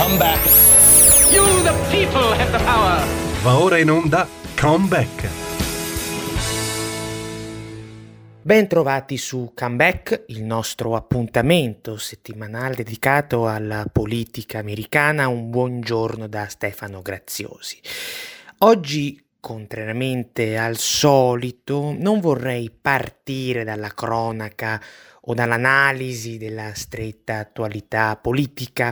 Come back. You, the people, have the power. Va ora in onda Comeback. Ben trovati su Comeback, il nostro appuntamento settimanale dedicato alla politica americana. Un buongiorno da Stefano Graziosi. Oggi, contrariamente al solito, non vorrei partire dalla cronaca o dall'analisi della stretta attualità politica.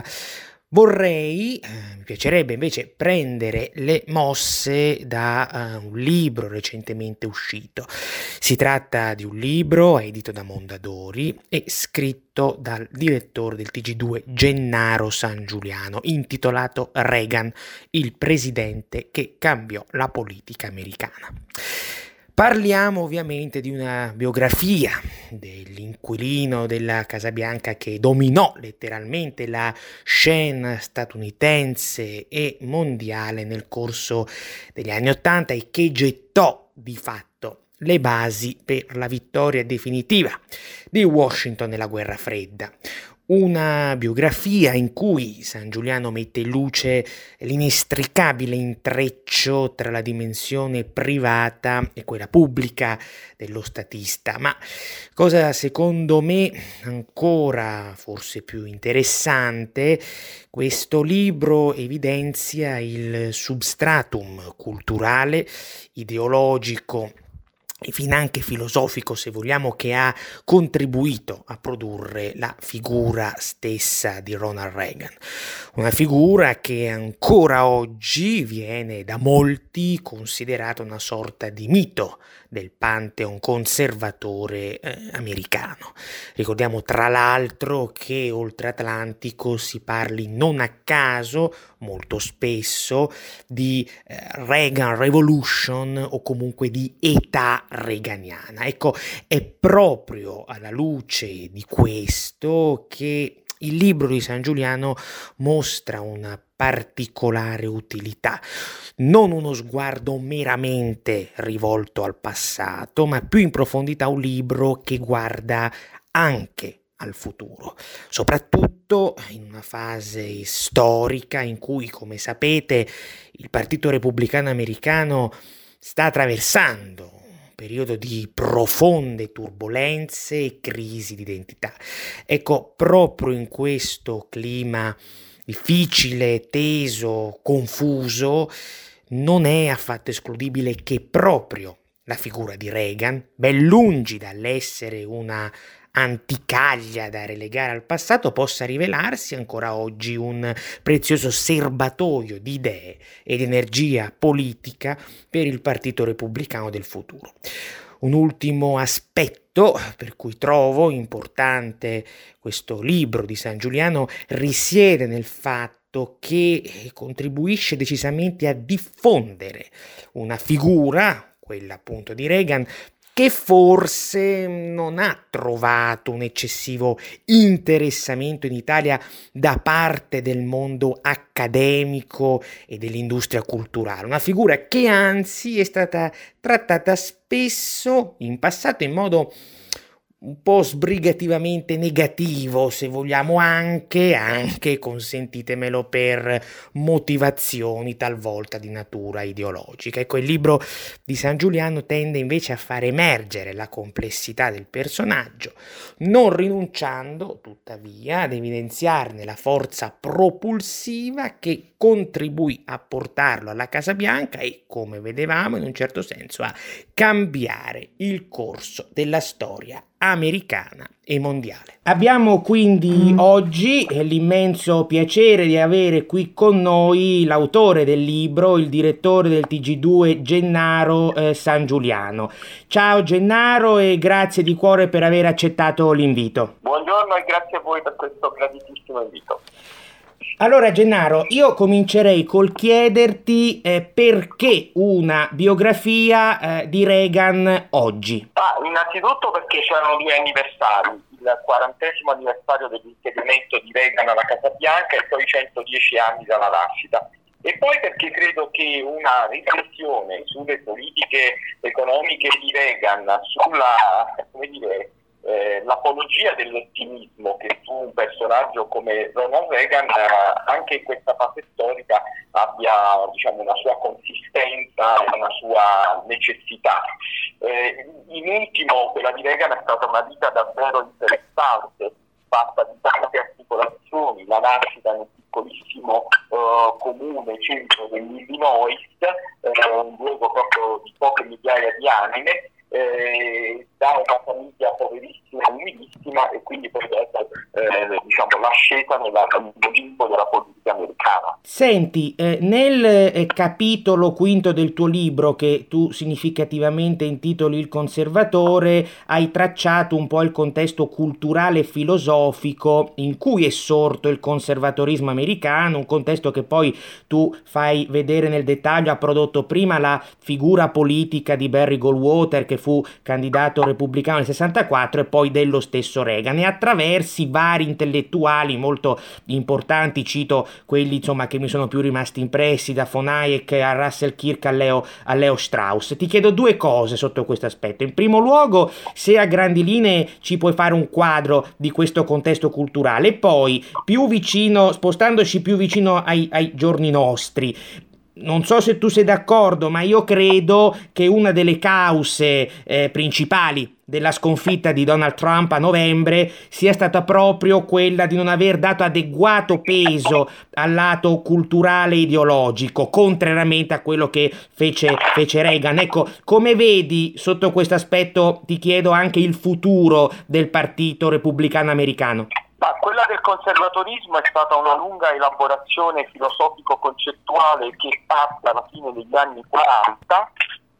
Mi piacerebbe invece prendere le mosse da un libro recentemente uscito. Si tratta di un libro edito da Mondadori e scritto dal direttore del TG2 Gennaro Sangiuliano, intitolato Reagan, il presidente che cambiò la politica americana. Parliamo ovviamente di una biografia dell'inquilino della Casa Bianca che dominò letteralmente la scena statunitense e mondiale nel corso degli anni '80 e che gettò di fatto le basi per la vittoria definitiva di Washington nella Guerra Fredda. Una biografia in cui Sangiuliano mette in luce l'inestricabile intreccio tra la dimensione privata e quella pubblica dello statista. Ma cosa secondo me ancora forse più interessante, questo libro evidenzia il substratum culturale, ideologico e finanche filosofico, se vogliamo, che ha contribuito a produrre la figura stessa di Ronald Reagan. Una figura che ancora oggi viene da molti considerata una sorta di mito del pantheon conservatore americano. Ricordiamo tra l'altro che oltre Atlantico si parli non a caso molto spesso di Reagan Revolution o comunque di età reaganiana. Ecco, è proprio alla luce di questo che il libro di Sangiuliano mostra una particolare utilità, non uno sguardo meramente rivolto al passato, ma più in profondità un libro che guarda anche al futuro, soprattutto in una fase storica in cui, come sapete, il Partito Repubblicano americano sta attraversando un periodo di profonde turbolenze e crisi di identità. Ecco, proprio in questo clima difficile, teso, confuso, non è affatto escludibile che proprio la figura di Reagan, ben lungi dall'essere una anticaglia da relegare al passato, possa rivelarsi ancora oggi un prezioso serbatoio di idee ed energia politica per il Partito Repubblicano del futuro. Un ultimo aspetto per cui trovo importante questo libro di Sangiuliano risiede nel fatto che contribuisce decisamente a diffondere una figura, quella appunto di Reagan, che forse non ha trovato un eccessivo interessamento in Italia da parte del mondo accademico e dell'industria culturale. Una figura che anzi è stata trattata spesso in passato in modo un po' sbrigativamente negativo, se vogliamo, anche, consentitemelo, per motivazioni talvolta di natura ideologica. Ecco, il libro di Sangiuliano tende invece a far emergere la complessità del personaggio, non rinunciando tuttavia ad evidenziarne la forza propulsiva che contribuì a portarlo alla Casa Bianca e, come vedevamo, in un certo senso a cambiare il corso della storia americana e mondiale. Abbiamo quindi oggi l'immenso piacere di avere qui con noi l'autore del libro, il direttore del TG2 Gennaro Sangiuliano. Ciao Gennaro e grazie di cuore per aver accettato l'invito. Buongiorno e grazie a voi per questo graditissimo invito. Allora Gennaro, io comincerei col chiederti perché una biografia di Reagan oggi? Innanzitutto perché c'erano 2 anniversari, il 40° anniversario dell'insediamento di Reagan alla Casa Bianca e poi 110 anni dalla nascita. E poi perché credo che una riflessione sulle politiche economiche di Reagan, sulla, l'apologia dell'ottimismo, che fu un personaggio personaggio come Ronald Reagan anche in questa fase storica abbia, diciamo, una sua consistenza e una sua necessità. In ultimo, quella di Reagan è stata una vita davvero interessante, fatta di tante articolazioni, la nascita nel piccolissimo comune centro dell'Illinois, un luogo proprio di poche migliaia di anime, da una famiglia poverissima e umilissima, e quindi poi dopo diciamo l'ascesa nell'Olimpo della politica americana. Senti, nel capitolo quinto del tuo libro, che tu significativamente intitoli Il conservatore, hai tracciato un po' il contesto culturale e filosofico in cui è sorto il conservatorismo americano, un contesto che poi tu fai vedere nel dettaglio. Ha prodotto prima la figura politica di Barry Goldwater, che fu candidato repubblicano nel 64, e poi dello stesso Reagan, e attraversi vari intellettuali molto importanti. Cito quelli insomma che mi sono più rimasti impressi, da von Hayek a Russell Kirk a Leo Strauss. Ti chiedo due cose sotto questo aspetto. In primo luogo, se a grandi linee ci puoi fare un quadro di questo contesto culturale, e poi spostandoci più vicino ai giorni nostri. Non so se tu sei d'accordo, ma io credo che una delle cause principali della sconfitta di Donald Trump a novembre sia stata proprio quella di non aver dato adeguato peso al lato culturale e ideologico, contrariamente a quello che fece Reagan. Ecco, come vedi sotto questo aspetto, ti chiedo, anche il futuro del Partito Repubblicano Americano? Ma quella del conservatorismo è stata una lunga elaborazione filosofico-concettuale che parte alla fine degli anni 40,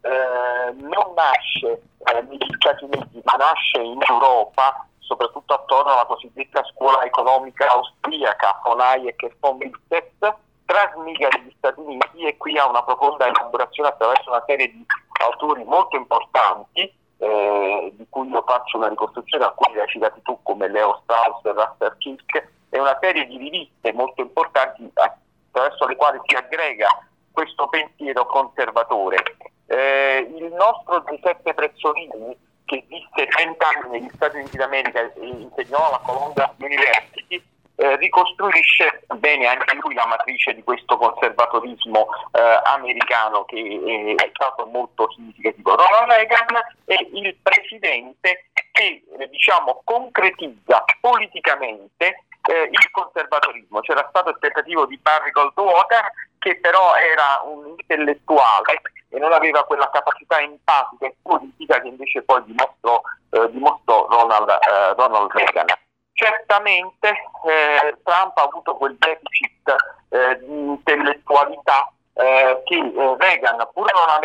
non nasce negli Stati Uniti, ma nasce in Europa, soprattutto attorno alla cosiddetta scuola economica austriaca, von Hayek e von Mises, trasmigra negli Stati Uniti, e qui ha una profonda elaborazione attraverso una serie di autori molto importanti, di cui io faccio una ricostruzione, alcuni li hai citati tu, come Leo Strauss e Russell Kirk, e una serie di riviste molto importanti attraverso le quali si aggrega questo pensiero conservatore. Il nostro Giuseppe Prezzolini, che visse 30 anni negli Stati Uniti d'America e insegnò alla Columbia University, ricostruisce bene anche lui la matrice di questo conservatorismo americano, che è stato molto significativo. Ronald Reagan è il presidente che diciamo concretizza politicamente il conservatorismo. C'era stato il tentativo di Barry Goldwater, che però era un intellettuale e non aveva quella capacità empatica e politica che invece poi dimostrò Ronald Reagan. Certamente Trump ha avuto quel deficit di intellettualità che Reagan, pur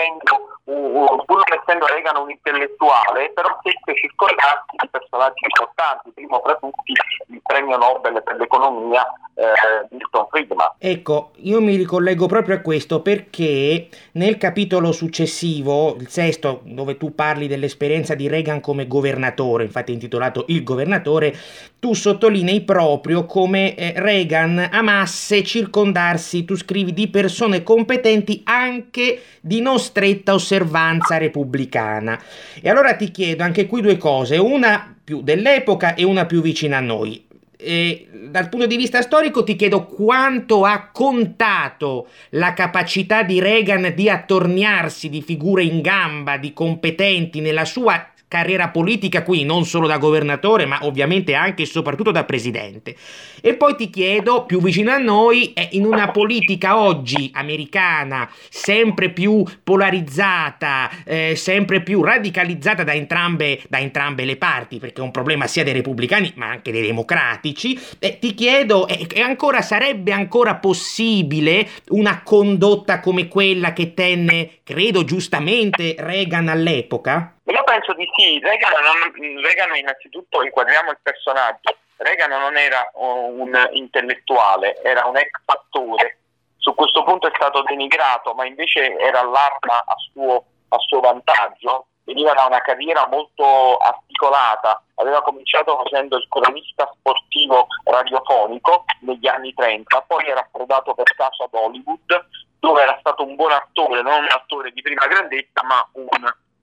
non essendo Reagan un intellettuale, però seppe circondarsi di personaggi importanti, primo fra tutti il premio Nobel per l'economia Milton Friedman. Ecco, io mi ricollego proprio a questo perché nel capitolo successivo, il sesto, dove tu parli dell'esperienza di Reagan come governatore, infatti è intitolato Il governatore, tu sottolinei proprio come Reagan amasse circondarsi, tu scrivi, di persone competenti anche di non stretta osservanza repubblicana. E allora ti chiedo anche qui due cose, una più dell'epoca e una più vicina a noi. Dal punto di vista storico ti chiedo quanto ha contato la capacità di Reagan di attorniarsi di figure in gamba, di competenti nella sua carriera politica, qui non solo da governatore, ma ovviamente anche e soprattutto da presidente. E poi ti chiedo, più vicino a noi, in una politica oggi americana sempre più polarizzata, sempre più radicalizzata da entrambe le parti, perché è un problema sia dei repubblicani ma anche dei democratici, ti chiedo, sarebbe ancora possibile una condotta come quella che tenne, credo giustamente, Reagan all'epoca? Io penso di sì. Reagan innanzitutto, inquadriamo il personaggio. Reagan non era un intellettuale, era un ex attore. Su questo punto è stato denigrato, ma invece era l'arma a suo vantaggio. Veniva da una carriera molto articolata, aveva cominciato facendo il cronista sportivo radiofonico negli anni 30, poi era approdato per caso ad Hollywood, dove era stato un buon attore, non un attore di prima grandezza, ma un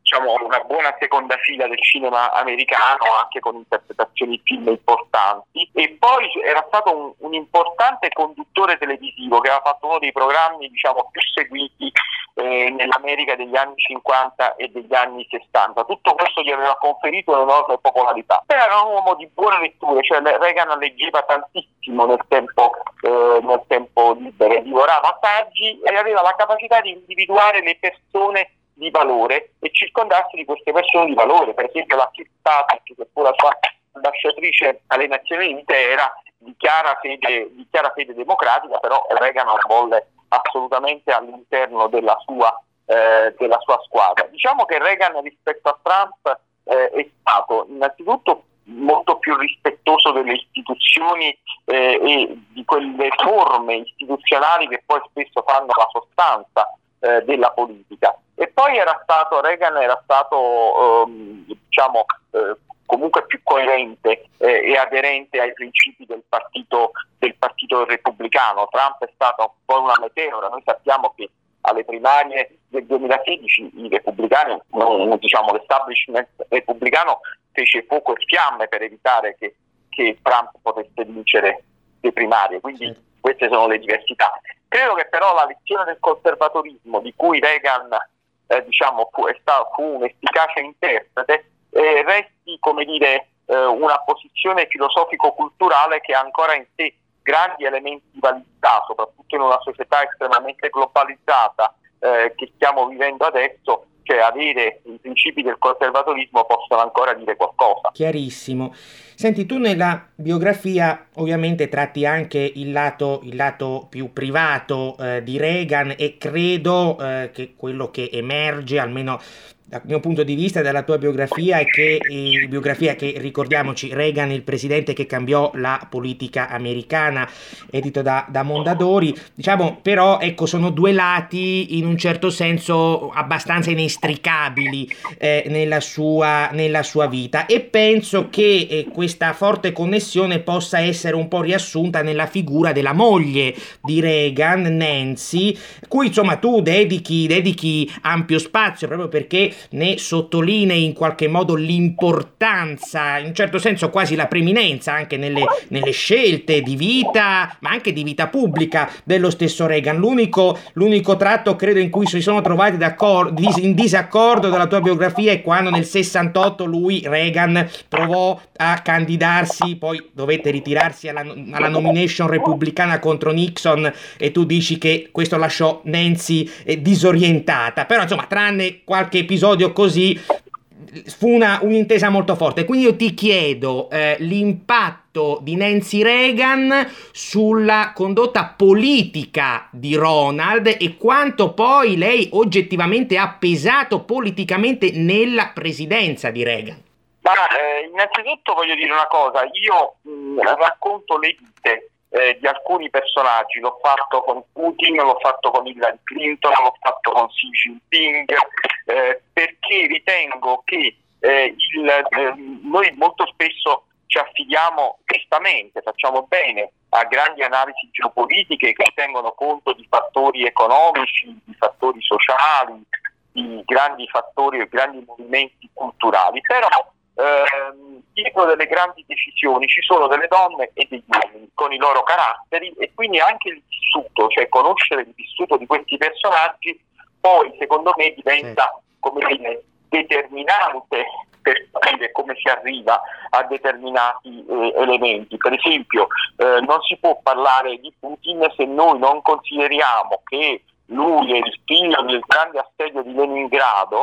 una buona seconda fila del cinema americano, anche con interpretazioni di film importanti, e poi era stato un importante conduttore televisivo che aveva fatto uno dei programmi più seguiti nell'America degli anni 50 e degli anni 60. Tutto questo gli aveva conferito un'enorme popolarità. Era un uomo di buone letture, cioè Reagan leggeva tantissimo nel tempo libero, divorava saggi e aveva la capacità di individuare le persone di valore e circondarsi di queste persone di valore. Per esempio la Fitzpatrick, che fu la sua ambasciatrice alle Nazioni Unite, era di chiara fede democratica, però Reagan la volle assolutamente all'interno della sua squadra. Diciamo che Reagan rispetto a Trump è stato innanzitutto molto più rispettoso delle istituzioni e di quelle forme istituzionali che poi spesso fanno la sostanza della politica. E poi Reagan era stato comunque più coerente e aderente ai principi del partito repubblicano. Trump è stato un po' una meteora. Noi sappiamo che alle primarie del 2016 i repubblicani, l'establishment repubblicano fece fuoco e fiamme per evitare che Trump potesse vincere le primarie, quindi queste sono le diversità. Credo che però la lezione del conservatorismo di cui Reagan fu un'efficace interprete resti una posizione filosofico-culturale che ha ancora in sé grandi elementi di validità, soprattutto in una società estremamente globalizzata che stiamo vivendo adesso. Cioè avere i principi del conservatorismo possono ancora dire qualcosa. Chiarissimo. Senti, tu nella biografia ovviamente tratti anche il lato più privato di Reagan, e credo che quello che emerge, almeno dal mio punto di vista, dalla tua biografia, è che ricordiamoci, Reagan, il presidente che cambiò la politica americana, edito da Mondadori, però ecco, sono due lati in un certo senso abbastanza inestricabili nella sua vita, e penso che questa forte connessione possa essere un po' riassunta nella figura della moglie di Reagan, Nancy, cui tu dedichi ampio spazio, proprio perché ne sottolinei in qualche modo l'importanza, in un certo senso quasi la preminenza anche nelle scelte di vita, ma anche di vita pubblica dello stesso Reagan. L'unico tratto, credo, in cui si sono trovati in disaccordo dalla tua biografia è quando nel 68 Reagan provò a candidarsi, poi dovette ritirarsi alla nomination repubblicana contro Nixon, e tu dici che questo lasciò Nancy disorientata. Però tranne qualche episodio così, fu un'intesa molto forte. Quindi io ti chiedo l'impatto di Nancy Reagan sulla condotta politica di Ronald e quanto poi lei oggettivamente ha pesato politicamente nella presidenza di Reagan. Innanzitutto voglio dire una cosa: io racconto le vite di alcuni personaggi. L'ho fatto con Putin, l'ho fatto con Hillary Clinton, l'ho fatto con Xi Jinping, perché ritengo che noi molto spesso ci affidiamo giustamente, facciamo bene a grandi analisi geopolitiche che tengono conto di fattori economici, di fattori sociali, di grandi fattori e grandi movimenti culturali, però dietro delle grandi decisioni ci sono delle donne e degli uomini con i loro caratteri, e quindi anche il vissuto, cioè conoscere il vissuto di questi personaggi, poi secondo me diventa determinante per capire come si arriva a determinati elementi. Per esempio non si può parlare di Putin se noi non consideriamo che lui è il figlio del grande assedio di Leningrado,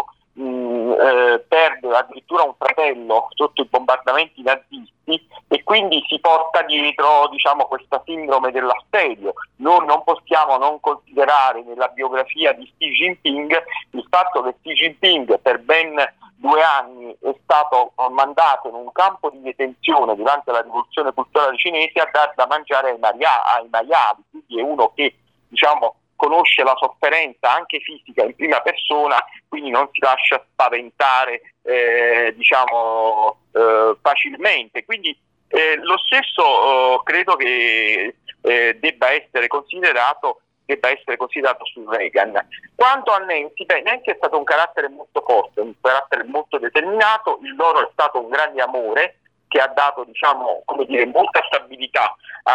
perde addirittura un fratello sotto i bombardamenti nazisti, e quindi si porta dietro questa sindrome dell'assedio. Noi non possiamo non considerare nella biografia di Xi Jinping il fatto che Xi Jinping per ben 2 anni è stato mandato in un campo di detenzione durante la rivoluzione culturale cinese a dar da mangiare ai maiali, quindi è uno che conosce la sofferenza anche fisica in prima persona, quindi non si lascia spaventare facilmente. Quindi lo stesso credo che debba essere considerato debba essere considerato su Reagan. Quanto a Nancy, Nancy è stato un carattere molto forte, un carattere molto determinato, il loro è stato un grande amore che ha dato, diciamo, come dire, molta stabilità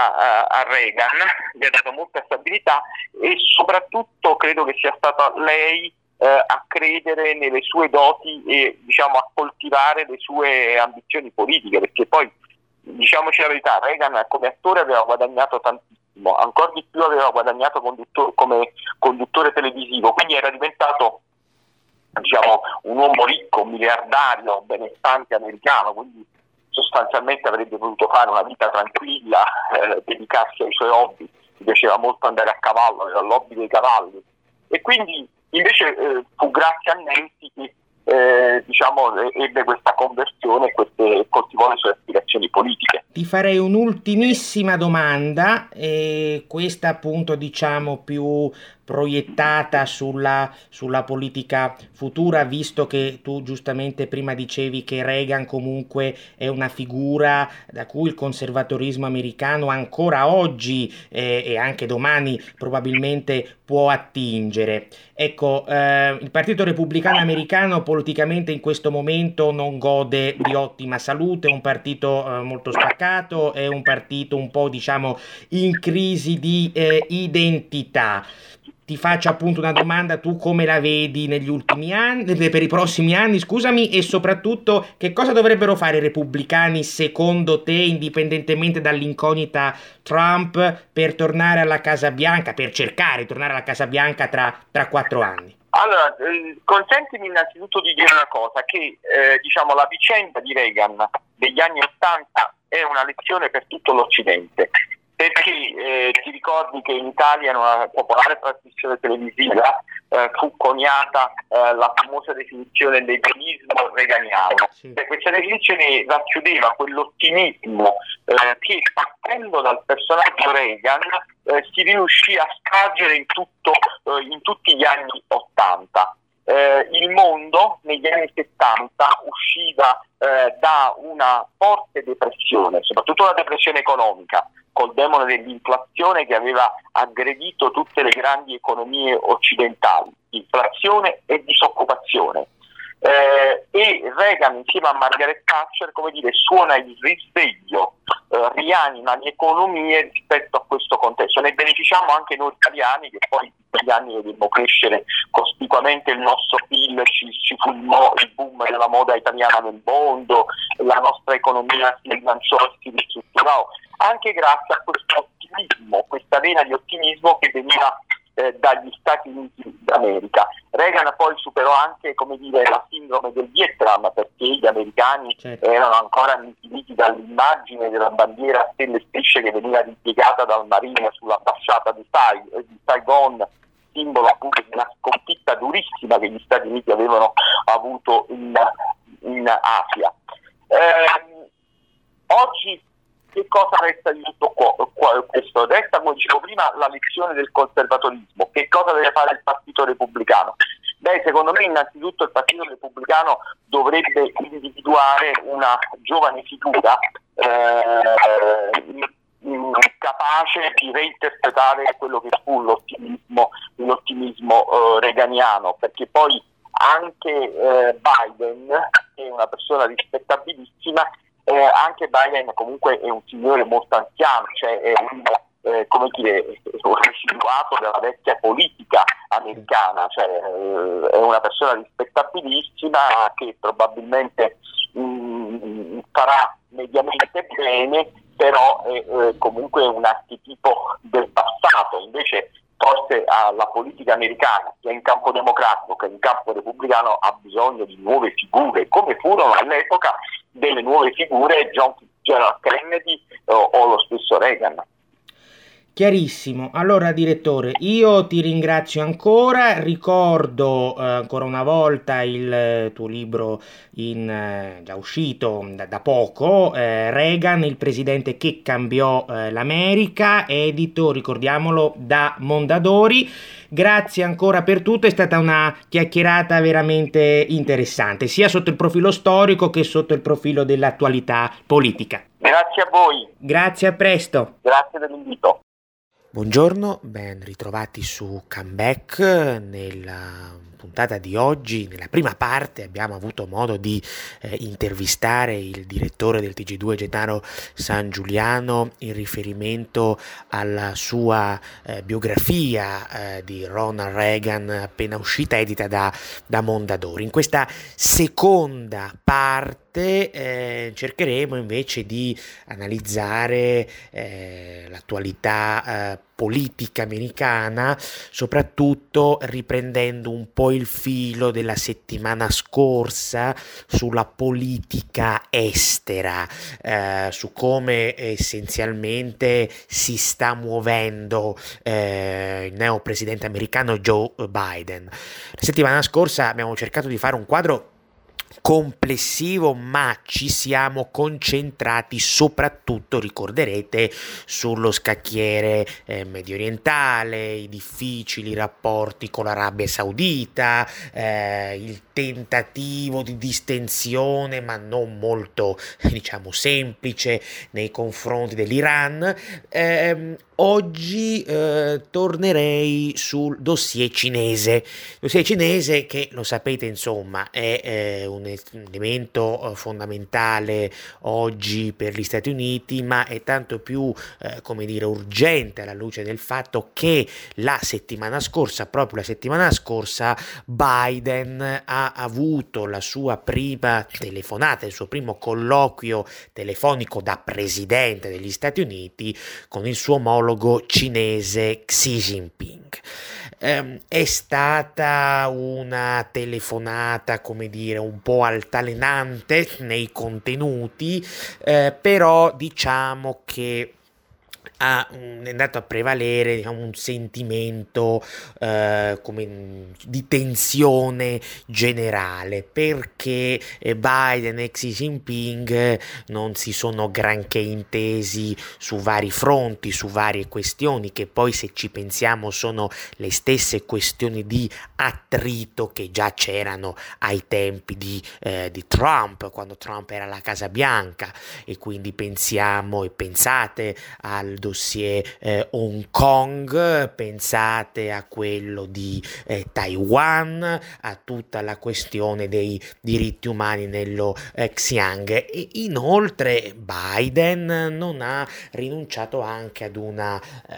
a Reagan, gli ha dato molta stabilità, e soprattutto credo che sia stata lei a credere nelle sue doti e, diciamo, a coltivare le sue ambizioni politiche, perché poi, diciamoci la verità, Reagan come attore aveva guadagnato tantissimo, ancora di più aveva guadagnato come conduttore televisivo, quindi era diventato, diciamo, un uomo ricco, miliardario, benestante americano, quindi sostanzialmente avrebbe potuto fare una vita tranquilla, dedicarsi ai suoi hobby. Mi piaceva molto andare a cavallo, aveva l'hobby dei cavalli, e quindi invece fu grazie a Nancy che diciamo, ebbe questa conversione e coltivò le sue aspirazioni politiche. Ti farei un'ultimissima domanda, e questa appunto, diciamo, più proiettata sulla politica futura, visto che tu giustamente prima dicevi che Reagan comunque è una figura da cui il conservatorismo americano ancora oggi e anche domani probabilmente può attingere. Ecco, il Partito Repubblicano Americano politicamente in questo momento non gode di ottima salute, è un partito molto spaccato, è un partito un po', diciamo, in crisi di identità. Ti faccio appunto una domanda: tu come la vedi negli ultimi anni, per i prossimi anni, scusami, e soprattutto che cosa dovrebbero fare i repubblicani secondo te, indipendentemente dall'incognita Trump, per tornare alla Casa Bianca, per cercare di tornare alla Casa Bianca tra 4 anni? Allora, consentimi innanzitutto di dire una cosa, che diciamo, la vicenda di Reagan degli anni '80 è una lezione per tutto l'Occidente, perché ti ricordi che in Italia in una popolare trasmissione televisiva fu coniata la famosa definizione del legalismo reaganiano. Sì. Questa definizione racchiudeva quell'ottimismo che, partendo dal personaggio Reagan, si riuscì a spargere in tutti gli anni '80. Il mondo negli anni '70 usciva da una forte depressione, soprattutto una depressione economica, col demone dell'inflazione che aveva aggredito tutte le grandi economie occidentali, inflazione e disoccupazione. E Reagan, insieme a Margaret Thatcher, come dire, suona il risveglio, rianima le economie rispetto a questo contesto. Ne beneficiamo anche noi italiani, che poi in quegli anni vedemmo crescere cospicuamente il nostro PIL, ci fu il boom della moda italiana nel mondo, la nostra economia si rilanciò e si ristrutturò, anche grazie a questo ottimismo, questa vena di ottimismo che veniva dagli Stati Uniti d'America. Reagan poi superò anche, come dire, la sindrome del Vietnam, perché gli americani erano ancora annichiliti dall'immagine della bandiera a stelle e strisce che veniva ripiegata dal Marine sull'ambasciata di Saigon, simbolo appunto di una sconfitta durissima che gli Stati Uniti avevano avuto in Asia. Oggi che cosa resta di tutto questo? Resta, come dicevo prima, la lezione del conservatorismo. Che cosa deve fare il Partito Repubblicano? Secondo me innanzitutto il Partito Repubblicano dovrebbe individuare una giovane figura capace di reinterpretare quello che fu l'ottimismo reaganiano, perché poi anche Biden è una persona rispettabilissima. Anche Biden comunque è un signore molto anziano, cioè è un residuato della vecchia politica americana, cioè è una persona rispettabilissima che probabilmente farà mediamente bene, però è comunque un archetipo del passato. Invece forse la politica americana, sia in campo democratico che in campo repubblicano, ha bisogno di nuove figure, come furono all'epoca delle nuove figure John Kennedy o lo stesso Reagan. Chiarissimo. Allora, direttore, io ti ringrazio ancora, ricordo ancora una volta il tuo libro già uscito da poco, Reagan, il presidente che cambiò l'America, edito, ricordiamolo, da Mondadori. Grazie ancora per tutto, è stata una chiacchierata veramente interessante, sia sotto il profilo storico che sotto il profilo dell'attualità politica. Grazie a voi. Grazie, a presto. Grazie dell'invito. Buongiorno, ben ritrovati su Comeback. Nella puntata di oggi, nella prima parte, abbiamo avuto modo di intervistare il direttore del TG2 Gennaro San Giuliano in riferimento alla sua biografia di Ronald Reagan appena uscita, edita da Mondadori. In questa seconda parte cercheremo invece di analizzare l'attualità politica americana, soprattutto riprendendo un po' il filo della settimana scorsa sulla politica estera, su come essenzialmente si sta muovendo il neopresidente americano Joe Biden. La settimana scorsa abbiamo cercato di fare un quadro complessivo, ma ci siamo concentrati soprattutto, ricorderete, sullo scacchiere medio orientale, i difficili rapporti con l'Arabia Saudita, il tentativo di distensione ma non molto semplice nei confronti dell'Iran. Oggi tornerei sul dossier cinese che, lo sapete, insomma, è un elemento fondamentale oggi per gli Stati Uniti, ma è tanto più urgente alla luce del fatto che proprio la settimana scorsa, Biden ha avuto la sua prima telefonata, il suo primo colloquio telefonico da presidente degli Stati Uniti con il suo omologo cinese Xi Jinping. È stata una telefonata, un po' altalenante nei contenuti, però diciamo che è andato a prevalere un sentimento di tensione generale, perché Biden e Xi Jinping non si sono granché intesi su vari fronti, su varie questioni che poi, se ci pensiamo, sono le stesse questioni di attrito che già c'erano ai tempi di Trump, quando Trump era alla Casa Bianca, e quindi pensate al dossier Hong Kong, pensate a quello di Taiwan, a tutta la questione dei diritti umani nello Xinjiang. E inoltre Biden non ha rinunciato anche ad una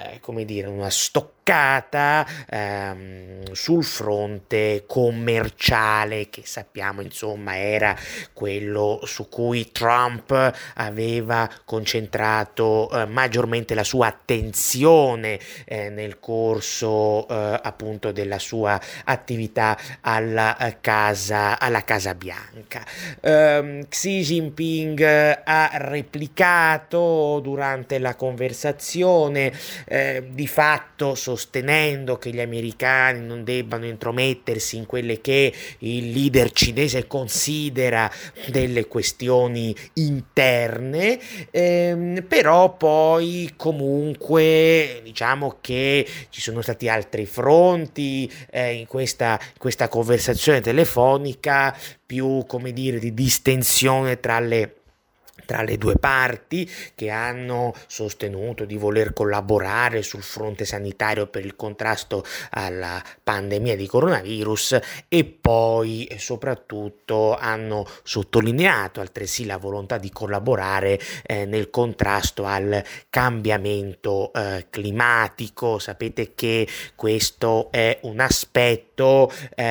stoccata sul fronte commerciale, che sappiamo era quello su cui Trump aveva concentrato maggiormente la sua attenzione nel corso appunto della sua attività alla Casa Bianca. Xi Jinping ha replicato durante la conversazione, di fatto sostenendo che gli americani non debbano intromettersi in quelle che il leader cinese considera delle questioni interne, però poi comunque che ci sono stati altri fronti in questa conversazione telefonica, più di distensione tra le due parti, che hanno sostenuto di voler collaborare sul fronte sanitario per il contrasto alla pandemia di coronavirus, e poi soprattutto hanno sottolineato altresì la volontà di collaborare nel contrasto al cambiamento climatico. Sapete che questo è un aspetto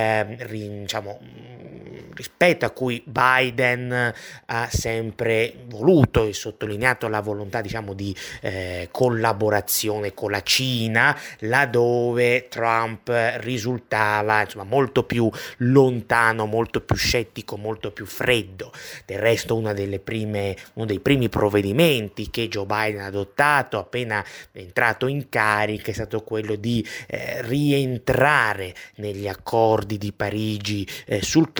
rispetto a cui Biden ha sempre voluto e sottolineato la volontà di collaborazione con la Cina, laddove Trump risultava molto più lontano, molto più scettico, molto più freddo. Del resto uno dei primi provvedimenti che Joe Biden ha adottato appena entrato in carica è stato quello di rientrare negli accordi di Parigi sul clima,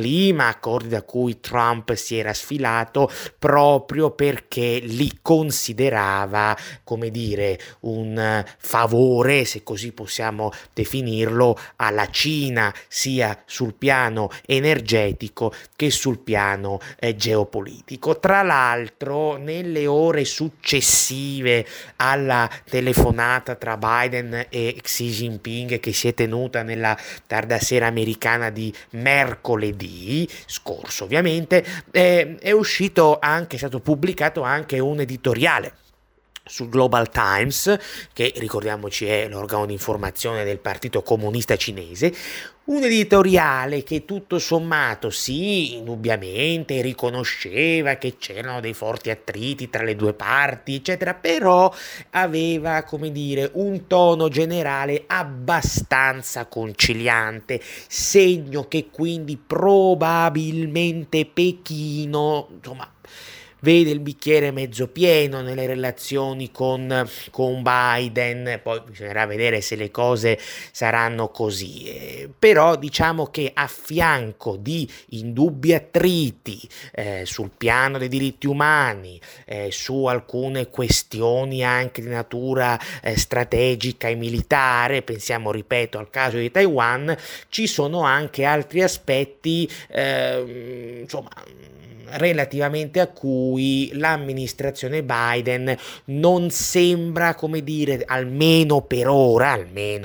prima, accordi da cui Trump si era sfilato proprio perché li considerava, come dire, un favore, se così possiamo definirlo, alla Cina, sia sul piano energetico che sul piano geopolitico. Tra l'altro, nelle ore successive alla telefonata tra Biden e Xi Jinping, che si è tenuta nella tarda sera americana di mercoledì scorso, ovviamente, è stato pubblicato anche un editoriale sul Global Times, che ricordiamoci è l'organo di informazione del Partito Comunista Cinese, un editoriale che tutto sommato sì, indubbiamente riconosceva che c'erano dei forti attriti tra le due parti, eccetera, però aveva, come dire, un tono generale abbastanza conciliante, segno che quindi probabilmente Pechino, insomma, vede il bicchiere mezzo pieno nelle relazioni con Biden. Poi bisognerà vedere se le cose saranno così. Però diciamo che a fianco di indubbi attriti sul piano dei diritti umani, su alcune questioni anche di natura strategica e militare, pensiamo, ripeto, al caso di Taiwan, ci sono anche altri aspetti, insomma, relativamente a cui l'amministrazione Biden non sembra, come dire, almeno per ora,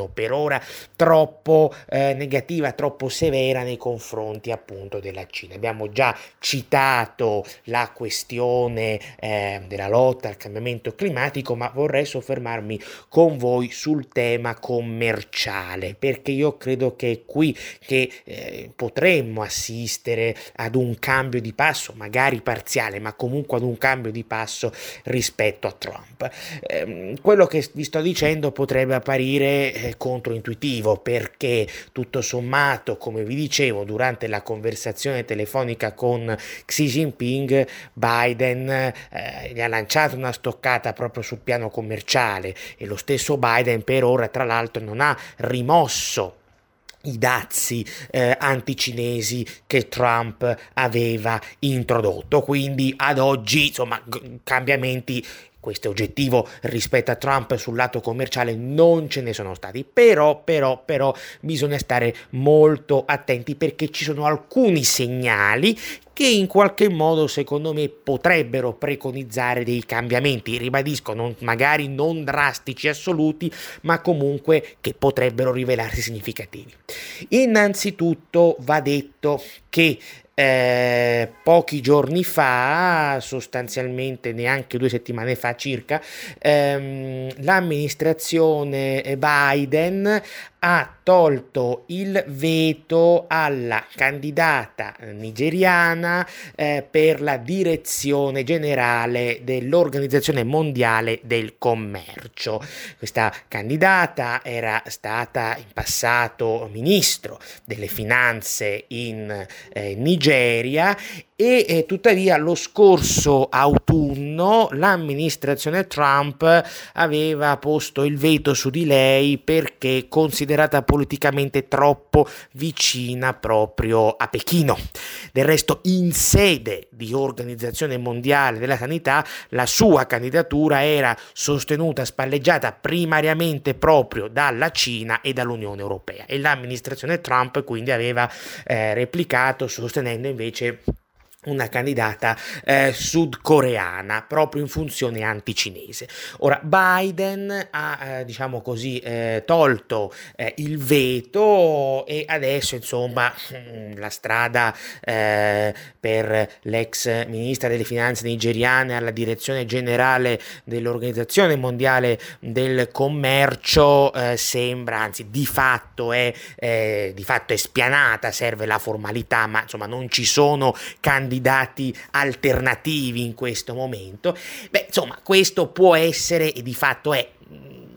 troppo negativa, troppo severa nei confronti appunto della Cina. Abbiamo già citato la questione della lotta al cambiamento climatico, ma vorrei soffermarmi con voi sul tema commerciale, perché io credo che è qui che potremmo assistere ad un cambio di passo, magari parziale, ma comunque ad un cambio di passo rispetto a Trump. Quello che vi sto dicendo potrebbe apparire controintuitivo, perché tutto sommato, come vi dicevo, durante la conversazione telefonica con Xi Jinping, Biden gli ha lanciato una stoccata proprio sul piano commerciale, e lo stesso Biden per ora, tra l'altro, non ha rimosso i dazi anticinesi che Trump aveva introdotto. Quindi ad oggi, insomma, cambiamenti, questo è oggettivo, rispetto a Trump sul lato commerciale non ce ne sono stati, però bisogna stare molto attenti, perché ci sono alcuni segnali che in qualche modo, secondo me, potrebbero preconizzare dei cambiamenti, ribadisco, magari non drastici assoluti, ma comunque che potrebbero rivelarsi significativi. Innanzitutto va detto che pochi giorni fa, sostanzialmente neanche 2 settimane fa circa, l'amministrazione Biden ha tolto il veto alla candidata nigeriana per la direzione generale dell'Organizzazione Mondiale del Commercio. Questa candidata era stata in passato ministro delle finanze in Nigeria, e tuttavia lo scorso autunno l'amministrazione Trump aveva posto il veto su di lei perché considerata politicamente troppo vicina proprio a Pechino. Del resto, in sede di Organizzazione Mondiale della Sanità, la sua candidatura era sostenuta, spalleggiata primariamente proprio dalla Cina e dall'Unione Europea, e l'amministrazione Trump quindi aveva replicato, sostenendo invece una candidata sudcoreana, proprio in funzione anticinese. Ora, Biden ha diciamo così tolto il veto, e adesso insomma la strada per l'ex ministra delle finanze nigeriane alla direzione generale dell'Organizzazione Mondiale del Commercio sembra, anzi di fatto è spianata. Serve la formalità, ma insomma non ci sono candidati alternativi in questo momento. Insomma, questo può essere, e di fatto è,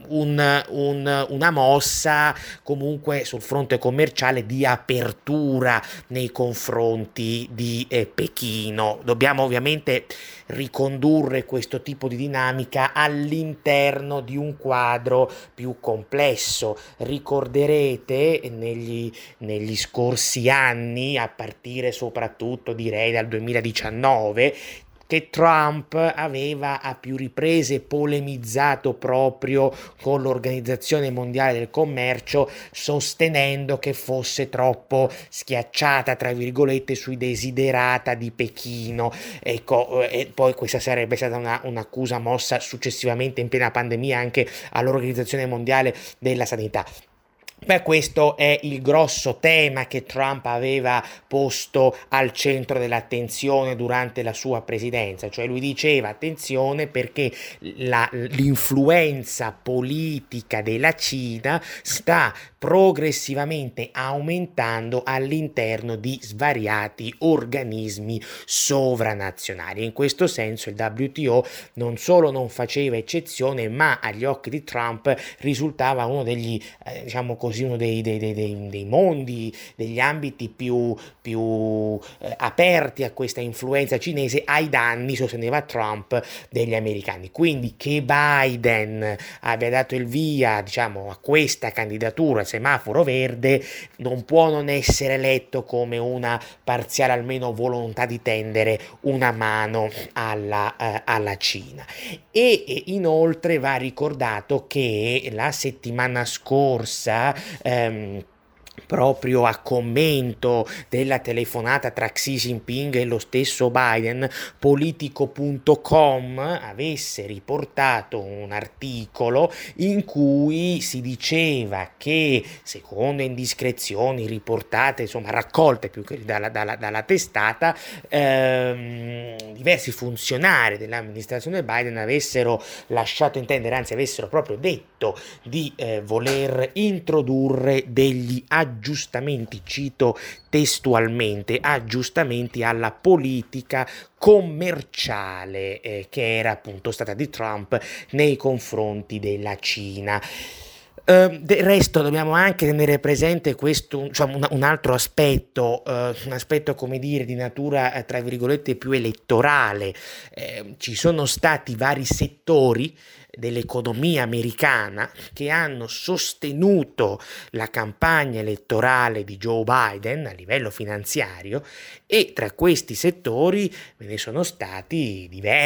una mossa comunque sul fronte commerciale di apertura nei confronti di Pechino. Dobbiamo ovviamente ricondurre questo tipo di dinamica all'interno di un quadro più complesso. Ricorderete negli scorsi anni, a partire soprattutto direi dal 2019, che Trump aveva a più riprese polemizzato proprio con l'Organizzazione Mondiale del Commercio, sostenendo che fosse troppo schiacciata, tra virgolette, sui desiderata di Pechino. Ecco, e poi questa sarebbe stata un'accusa mossa successivamente in piena pandemia anche all'Organizzazione Mondiale della Sanità. Beh, questo è il grosso tema che Trump aveva posto al centro dell'attenzione durante la sua presidenza, cioè lui diceva attenzione perché l'influenza politica della Cina sta progressivamente aumentando all'interno di svariati organismi sovranazionali. In questo senso il WTO non solo non faceva eccezione, ma agli occhi di Trump risultava uno degli, diciamo così, uno dei mondi, degli ambiti più aperti a questa influenza cinese ai danni, sosteneva Trump, degli americani. Quindi che Biden abbia dato il via, diciamo, a questa candidatura, semaforo verde, non può non essere letto come una parziale almeno volontà di tendere una mano alla Cina. E inoltre va ricordato che la settimana scorsa, proprio a commento della telefonata tra Xi Jinping e lo stesso Biden, Politico.com avesse riportato un articolo in cui si diceva che, secondo indiscrezioni riportate, insomma raccolte più che dalla testata, diversi funzionari dell'amministrazione Biden avessero lasciato intendere, anzi avessero proprio detto di voler introdurre degli aggiustamenti, cito testualmente, aggiustamenti alla politica commerciale che era appunto stata di Trump nei confronti della Cina. Del resto dobbiamo anche tenere presente questo, insomma, un altro aspetto, un aspetto come dire di natura tra virgolette più elettorale. Ci sono stati vari settori dell'economia americana che hanno sostenuto la campagna elettorale di Joe Biden a livello finanziario, e tra questi settori ve ne sono stati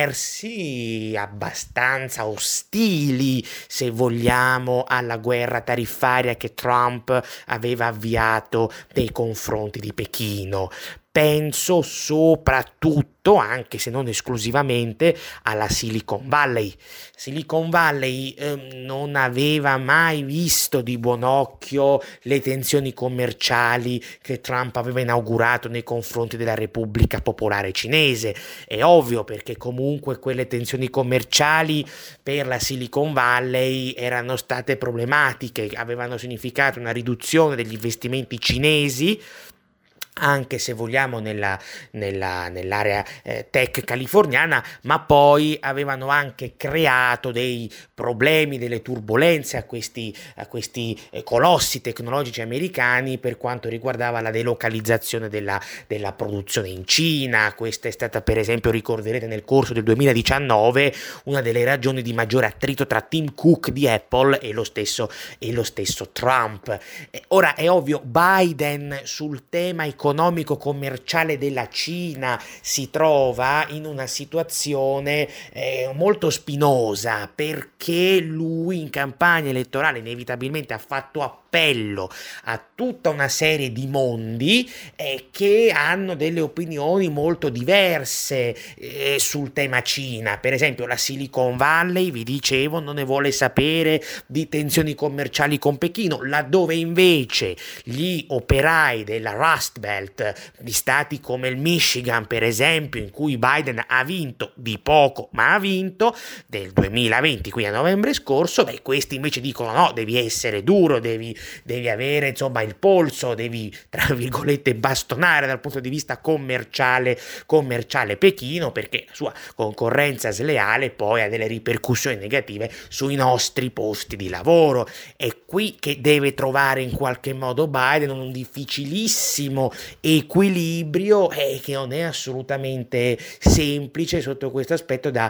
diversi abbastanza ostili, se vogliamo, alla guerra tariffaria che Trump aveva avviato nei confronti di Pechino. Penso soprattutto, anche se non esclusivamente, alla Silicon Valley. Silicon Valley non aveva mai visto di buon occhio le tensioni commerciali che Trump aveva inaugurato nei confronti della Repubblica Popolare Cinese. È ovvio, perché comunque quelle tensioni commerciali per la Silicon Valley erano state problematiche, avevano significato una riduzione degli investimenti cinesi, anche se vogliamo nell'area tech californiana, ma poi avevano anche creato dei problemi, delle turbolenze a questi colossi tecnologici americani per quanto riguardava la delocalizzazione della produzione in Cina. Questa è stata, per esempio, ricorderete, nel corso del 2019 una delle ragioni di maggiore attrito tra Tim Cook di Apple e lo stesso Trump. Ora è ovvio, Biden sul tema economico commerciale della Cina si trova in una situazione molto spinosa, perché lui in campagna elettorale inevitabilmente ha fatto appello a tutta una serie di mondi che hanno delle opinioni molto diverse sul tema Cina. Per esempio la Silicon Valley, vi dicevo, non ne vuole sapere di tensioni commerciali con Pechino, laddove invece gli operai della Rust Belt, Belt, di stati come il Michigan, per esempio, in cui Biden ha vinto di poco, ma ha vinto, del 2020, qui a novembre scorso, questi invece dicono no, devi essere duro, devi avere insomma il polso, devi tra virgolette bastonare dal punto di vista commerciale Pechino, perché la sua concorrenza sleale poi ha delle ripercussioni negative sui nostri posti di lavoro. È qui che deve trovare in qualche modo Biden un difficilissimo equilibrio che non è assolutamente semplice sotto questo aspetto da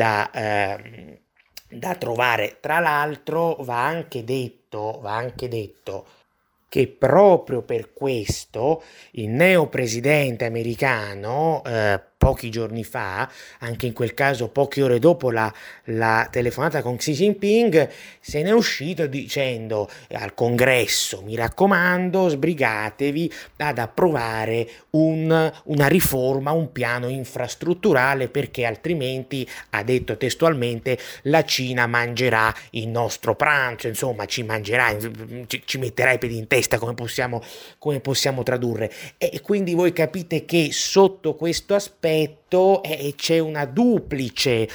trovare. Tra l'altro va anche detto che proprio per questo il neopresidente americano pochi giorni fa, anche in quel caso poche ore dopo la telefonata con Xi Jinping, se ne è uscito dicendo al Congresso: mi raccomando, sbrigatevi ad approvare una riforma, un piano infrastrutturale, perché altrimenti, ha detto testualmente, la Cina mangerà il nostro pranzo, insomma ci mangerà, ci metterà i piedi in testa, come possiamo tradurre. E quindi voi capite che sotto questo aspetto c'è una duplice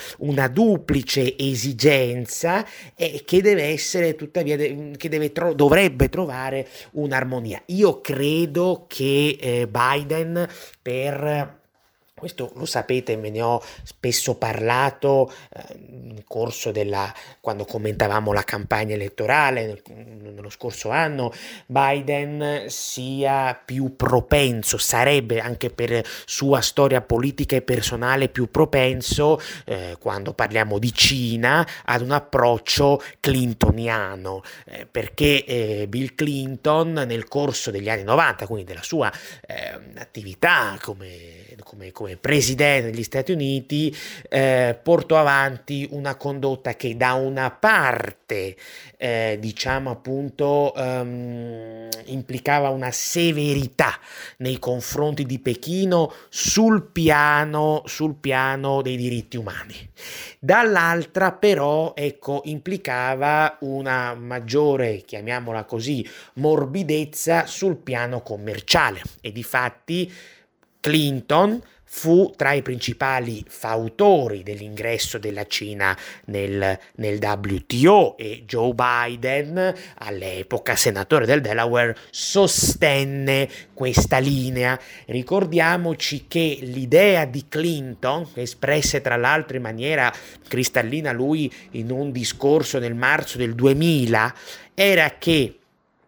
esigenza che deve essere tuttavia dovrebbe trovare un'armonia. Io credo che Biden, per questo lo sapete, ve ne ho spesso parlato nel corso quando commentavamo la campagna elettorale nello scorso anno, Biden sia più propenso, sarebbe anche per sua storia politica e personale più propenso, quando parliamo di Cina, ad un approccio clintoniano, perché Bill Clinton nel corso degli anni 90, quindi della sua attività come presidente degli Stati Uniti, portò avanti una condotta che da una parte implicava una severità nei confronti di Pechino sul piano dei diritti umani, dall'altra però implicava una maggiore, chiamiamola così, morbidezza sul piano commerciale, e difatti Clinton fu tra i principali fautori dell'ingresso della Cina nel WTO, e Joe Biden, all'epoca senatore del Delaware, sostenne questa linea. Ricordiamoci che l'idea di Clinton, espressa tra l'altro in maniera cristallina lui in un discorso nel marzo del 2000, era che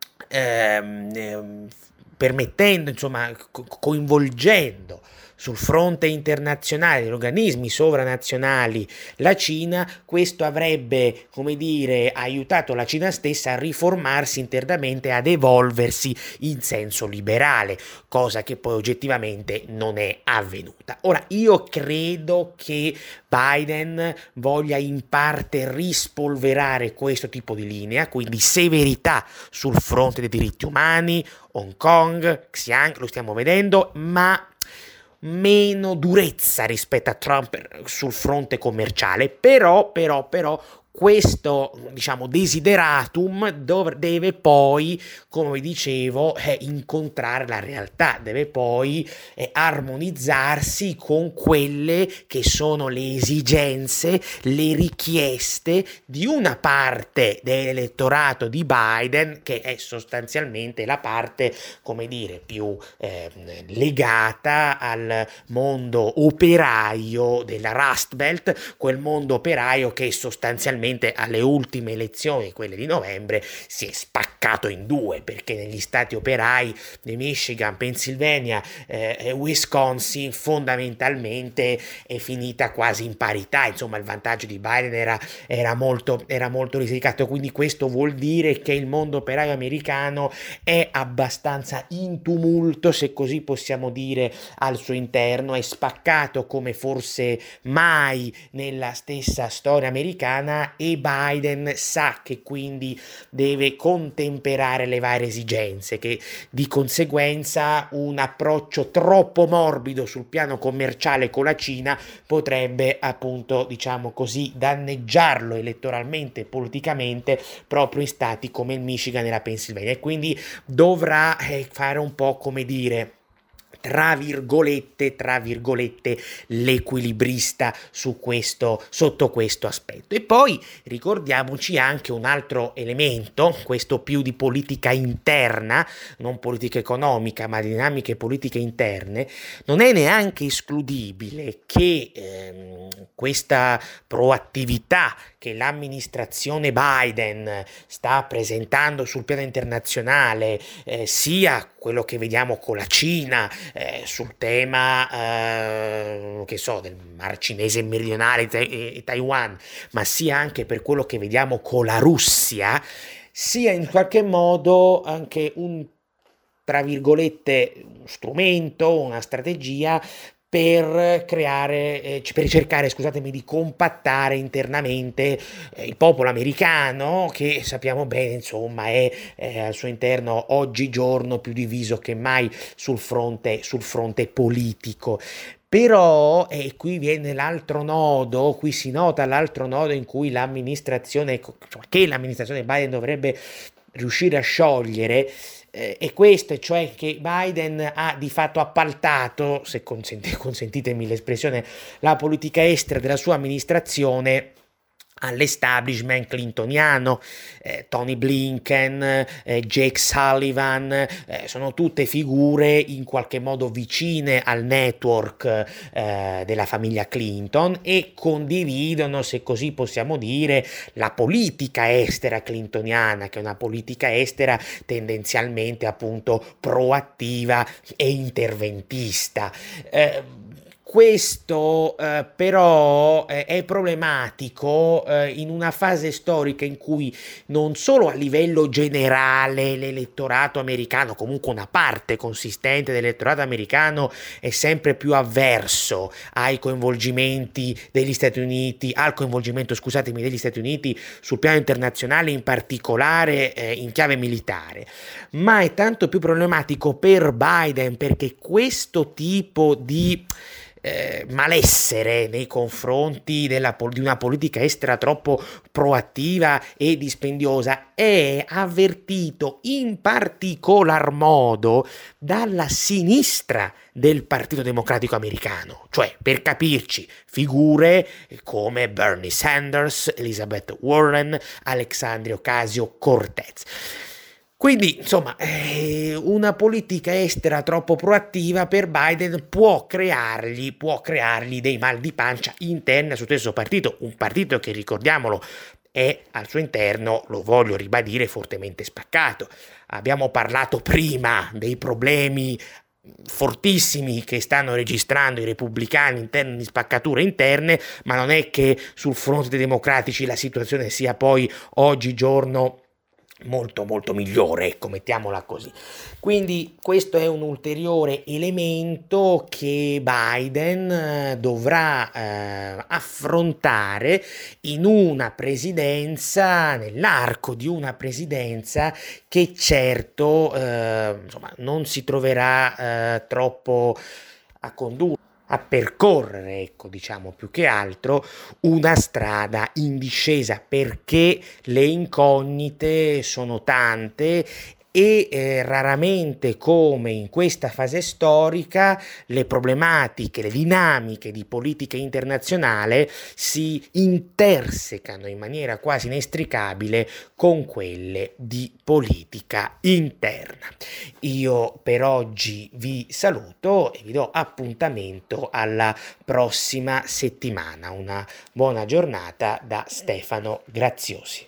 permettendo, coinvolgendo sul fronte internazionale degli organismi sovranazionali la Cina, questo avrebbe, aiutato la Cina stessa a riformarsi internamente, ad evolversi in senso liberale, cosa che poi oggettivamente non è avvenuta. Ora, io credo che Biden voglia in parte rispolverare questo tipo di linea, quindi severità sul fronte dei diritti umani, Hong Kong, Xinjiang, lo stiamo vedendo, ma meno durezza rispetto a Trump sul fronte commerciale. Però questo desideratum deve poi, come vi dicevo, incontrare la realtà, deve poi armonizzarsi con quelle che sono le esigenze, le richieste di una parte dell'elettorato di Biden, che è sostanzialmente la parte, più legata al mondo operaio della Rust Belt, quel mondo operaio che sostanzialmente alle ultime elezioni, quelle di novembre, si è spaccato in due, perché negli stati operai di Michigan, Pennsylvania e Wisconsin fondamentalmente è finita quasi in parità. Insomma, il vantaggio di Biden era molto risicato, quindi questo vuol dire che il mondo operaio americano è abbastanza in tumulto, se così possiamo dire, al suo interno, è spaccato come forse mai nella stessa storia americana, e Biden sa che quindi deve contemperare le varie esigenze, che di conseguenza un approccio troppo morbido sul piano commerciale con la Cina potrebbe danneggiarlo elettoralmente e politicamente proprio in stati come il Michigan e la Pennsylvania, e quindi dovrà fare un po' tra virgolette, l'equilibrista sotto questo aspetto. E poi ricordiamoci anche un altro elemento, questo più di politica interna, non politica economica, ma dinamiche politiche interne. Non è neanche escludibile che questa proattività che l'amministrazione Biden sta presentando sul piano internazionale, sia quello che vediamo con la Cina, sul tema del Mar Cinese meridionale e Taiwan, ma sia anche per quello che vediamo con la Russia, sia in qualche modo anche un, tra virgolette, uno strumento, una strategia per cercare di compattare internamente il popolo americano, che sappiamo bene, insomma, è al suo interno oggigiorno più diviso che mai sul fronte politico. Però, e qui viene l'altro nodo, qui si nota l'altro nodo in cui l'amministrazione Biden dovrebbe riuscire a sciogliere, e questo, cioè che Biden ha di fatto appaltato, se consentitemi l'espressione, la politica estera della sua amministrazione all'establishment clintoniano. Tony Blinken, Jake Sullivan, sono tutte figure in qualche modo vicine al network della famiglia Clinton e condividono, se così possiamo dire, la politica estera clintoniana, che è una politica estera tendenzialmente appunto proattiva e interventista. Questo però è problematico in una fase storica in cui non solo a livello generale l'elettorato americano, comunque una parte consistente dell'elettorato americano, è sempre più avverso al coinvolgimento degli Stati Uniti sul piano internazionale, in particolare in chiave militare, ma è tanto più problematico per Biden, perché questo tipo di malessere nei confronti di una politica estera troppo proattiva e dispendiosa è avvertito in particolar modo dalla sinistra del Partito Democratico americano, cioè, per capirci, figure come Bernie Sanders, Elizabeth Warren, Alexandria Ocasio-Cortez. Quindi, insomma, una politica estera troppo proattiva per Biden può creargli dei mal di pancia interni al suo stesso partito, un partito che, ricordiamolo, è al suo interno, lo voglio ribadire, fortemente spaccato. Abbiamo parlato prima dei problemi fortissimi che stanno registrando i repubblicani in termini di spaccature interne, ma non è che sul fronte dei democratici la situazione sia poi oggigiorno molto molto migliore, ecco, mettiamola così. Quindi questo è un ulteriore elemento che Biden dovrà affrontare in una presidenza, nell'arco di una presidenza che certo non si troverà troppo a percorrere, ecco, diciamo, più che altro una strada in discesa, perché le incognite sono tante e raramente, come in questa fase storica, le problematiche, le dinamiche di politica internazionale si intersecano in maniera quasi inestricabile con quelle di politica interna. Io per oggi vi saluto e vi do appuntamento alla prossima settimana. Una buona giornata da Stefano Graziosi.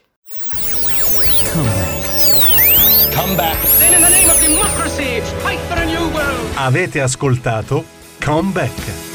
Come back. Then in the name of democracy, fight for a new world. Avete ascoltato Come Back.